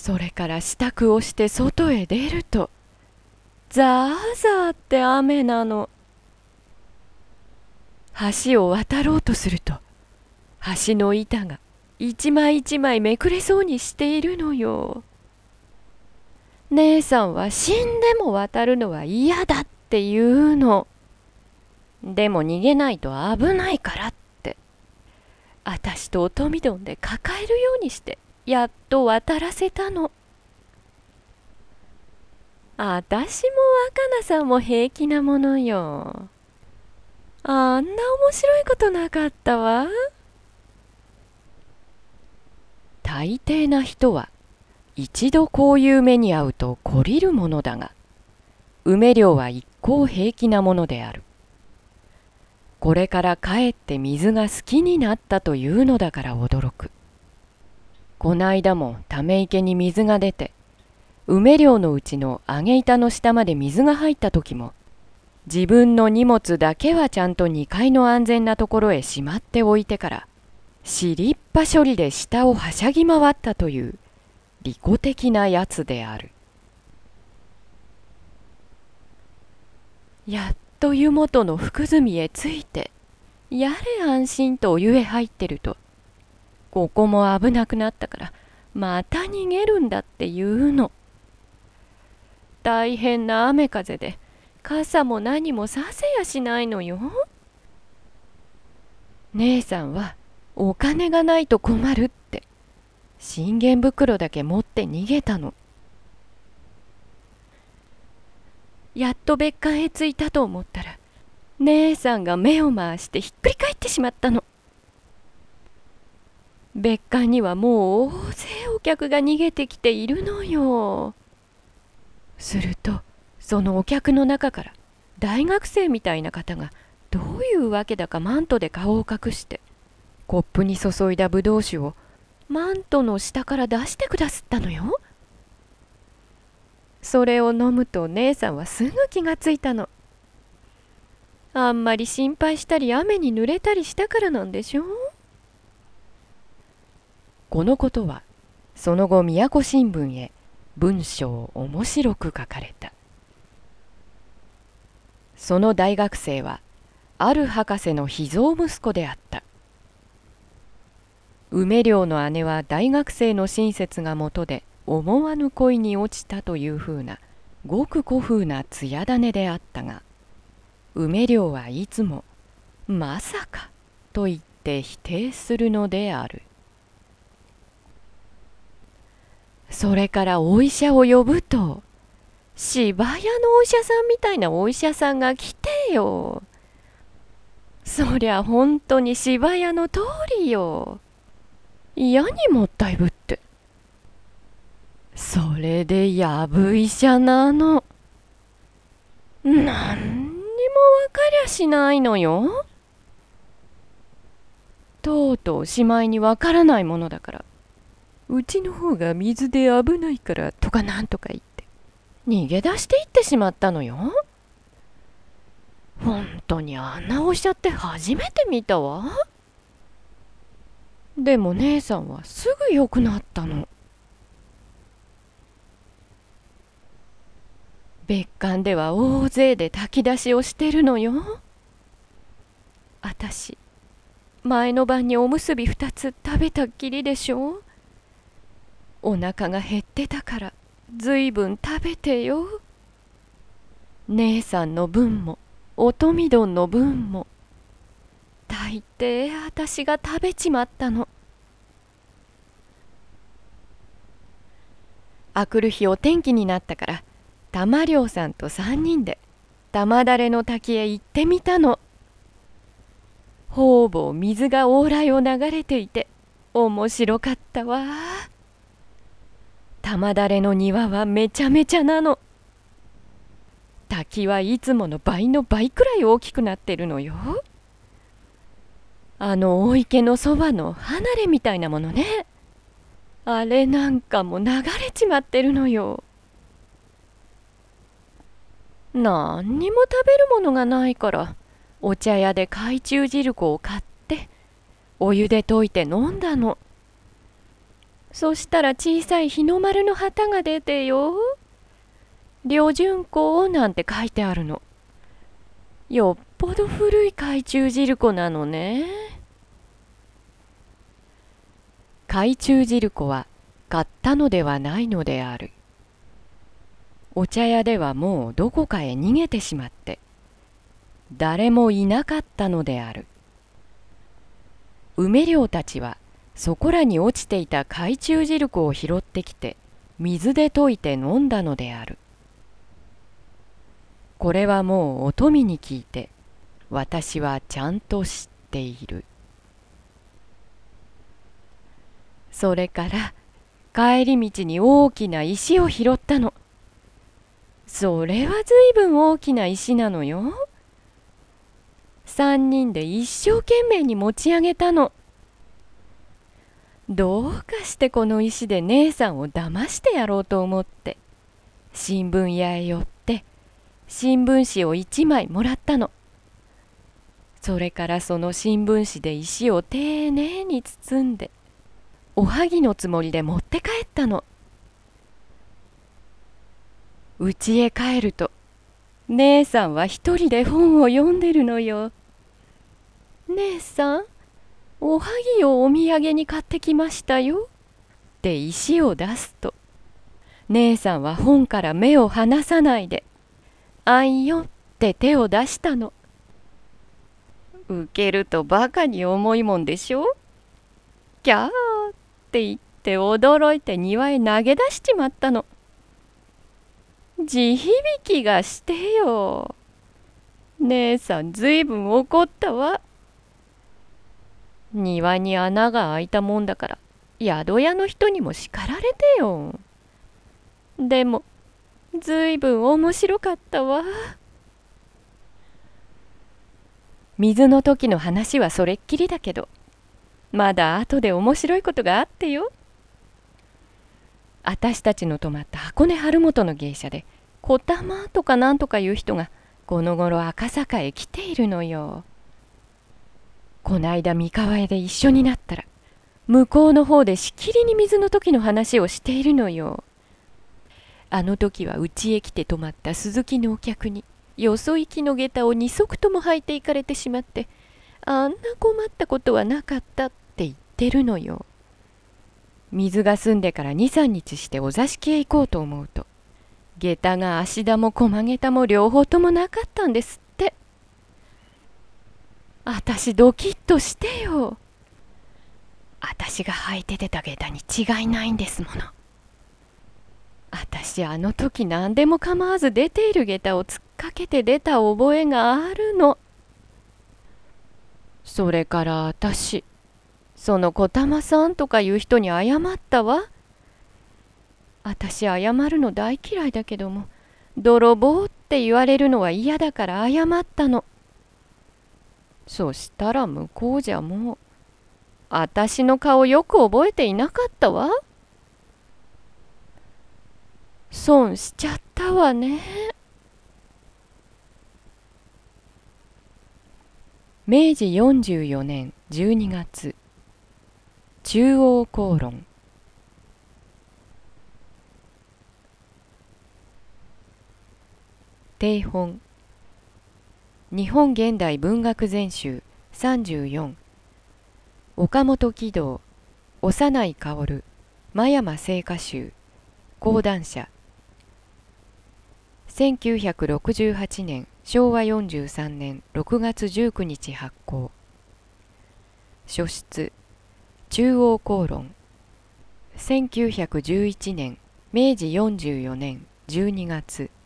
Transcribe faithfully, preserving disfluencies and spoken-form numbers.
それから支度をして外へ出ると、ザーザーって雨なの。橋を渡ろうとすると、橋の板が一枚一枚めくれそうにしているのよ。姉さんは死んでも渡るのは嫌だって言うの。でも逃げないと危ないからって、あたしとおとみどんで抱えるようにしてやっと渡らせたの。あたしも若菜さんも平気なものよ。あんな面白いことなかったわ。大抵な人は一度こういう目に遭うと懲りるものだが、梅寮は一向平気なものである。これからかえって水が好きになったというのだから驚く。こないだもため池に水が出て、梅寮のうちの上げ板の下まで水が入った時も、自分の荷物だけはちゃんとにかいの安全なところへしまっておいてから、尻っぱ処理で下をはしゃぎ回ったという利己的なやつである。やっと湯本の福住へ着いて、やれ安心とお湯へ入ってると、ここも危なくなったからまた逃げるんだって言うの。大変な雨風で傘も何もさせやしないのよ。姉さんはお金がないと困るって信玄袋だけ持って逃げたの。やっと別館へ着いたと思ったら、姉さんが目を回してひっくり返ってしまったの。別館にはもう大勢お客が逃げてきているのよ。するとそのお客の中から大学生みたいな方がどういうわけだかマントで顔を隠して、コップに注いだぶどう酒をマントの下から出してくだすったのよ。それを飲むと姉さんはすぐ気がついたの。あんまり心配したり雨に濡れたりしたからなんでしょう。このことはその後宮古新聞へ文章を面白く書かれた。その大学生はある博士の秘蔵息子であった。梅寮の姉は大学生の親切がもとで思わぬ恋に落ちたというふうなごく古風な艶種であったが、梅寮はいつもまさかと言って否定するのである。それからお医者を呼ぶと、芝屋のお医者さんみたいなお医者さんが来てよ。そりゃ本当に芝屋の通りよ。嫌にもったいぶって。それでやぶ医者なの。なんにもわかりゃしないのよ。とうとうしまいにわからないものだから、うちの方が水で危ないからとかなんとか言って逃げ出していってしまったのよ。本当にあんなおっしゃって初めて見たわ。でも姉さんはすぐ良くなったの。別館では大勢で炊き出しをしてるのよ。あたし前の晩におむすび二つ食べたっきりでしょ。お腹が減ってたからずいぶん食べてよ。姉さんの分もおとみどんの分も大抵あたしが食べちまったの。あくる日お天気になったから玉良さんと三人で玉だれの滝へ行ってみたの。ほぼ水が往来を流れていて面白かったわ。玉だれの庭はめちゃめちゃなの。滝はいつもの倍の倍くらい大きくなってるのよ。あの大池のそばの離れみたいなものね。あれなんかも流れちまってるのよ。なんにも食べるものがないからお茶屋で懐中汁粉を買ってお湯で溶いて飲んだの。 そしたら小さい日の丸の旗が出てよ。旅順港なんて書いてあるの。よっぽど古い懐中汁粉なのね。懐中汁粉は買ったのではないのである。お茶屋ではもうどこかへ逃げてしまって誰もいなかったのである。梅寮たちはそこらに落ちていた懐中汁粉を拾ってきて水で溶いて飲んだのである。これはもうお富に聞いて私はちゃんと知っている。それから帰り道に大きな石を拾ったの。それはずいぶん大きな石なのよ。三人で一生懸命に持ち上げたの。どうかしてこの石で姉さんを騙してやろうと思って新聞屋へ寄って新聞紙を一枚もらったの。それからその新聞紙で石を丁寧に包んでおはぎのつもりで持って帰ったの。家へ帰ると姉さんは一人で本を読んでるのよ。姉さん、おはぎをお土産に買ってきましたよって石を出すと姉さんは本から目を離さないであんよって手を出したの。受けるとバカに重いもんでしょ。キャーって言って驚いて庭へ投げ出しちまったの。地響きがしてよ。姉さんずいぶん怒ったわ。庭に穴が開いたもんだから宿屋の人にも叱られてよ。でもずいぶん面白かったわ。水の時の話はそれっきりだけどまだ後で面白いことがあってよ。あたしたちの泊まった箱根春元の芸者で小玉とかなんとかいう人がこの頃赤坂へ来ているのよ。こないだ三河屋で一緒になったら向こうの方でしきりに水の時の話をしているのよ。あの時はうちへ来て泊まった鈴木のお客によそ行きの下駄を二足とも履いていかれてしまってあんな困ったことはなかったって言ってるのよ。水が澄んでから二三日してお座敷へ行こうと思うと下駄が足田も駒下駄も両方ともなかったんですって。あたしドキッとしてよ。あたしが履いて出た下駄に違いないんですもの。あたしあの時何でも構わず出ている下駄を突っかけて出た覚えがあるの。それからあたしその小玉さんとかいう人に謝ったわ。あたし謝るの大嫌いだけども泥棒って言われるのは嫌だから謝ったの。そしたら向こうじゃもうあたしの顔よく覚えていなかったわ。損しちゃったわね。めいじよんじゅうよねんじゅうにがつ中央公論。定本日本現代文学全集さんじゅうよん岡本喜道幼い薫真山聖歌集講談社せんきゅうひゃくろくじゅうはちねんしょうわよんじゅうさんねんろくがつじゅうくにち発行。書出中央公論せんきゅうひゃくじゅういちねんめいじよんじゅうよねんじゅうにがつ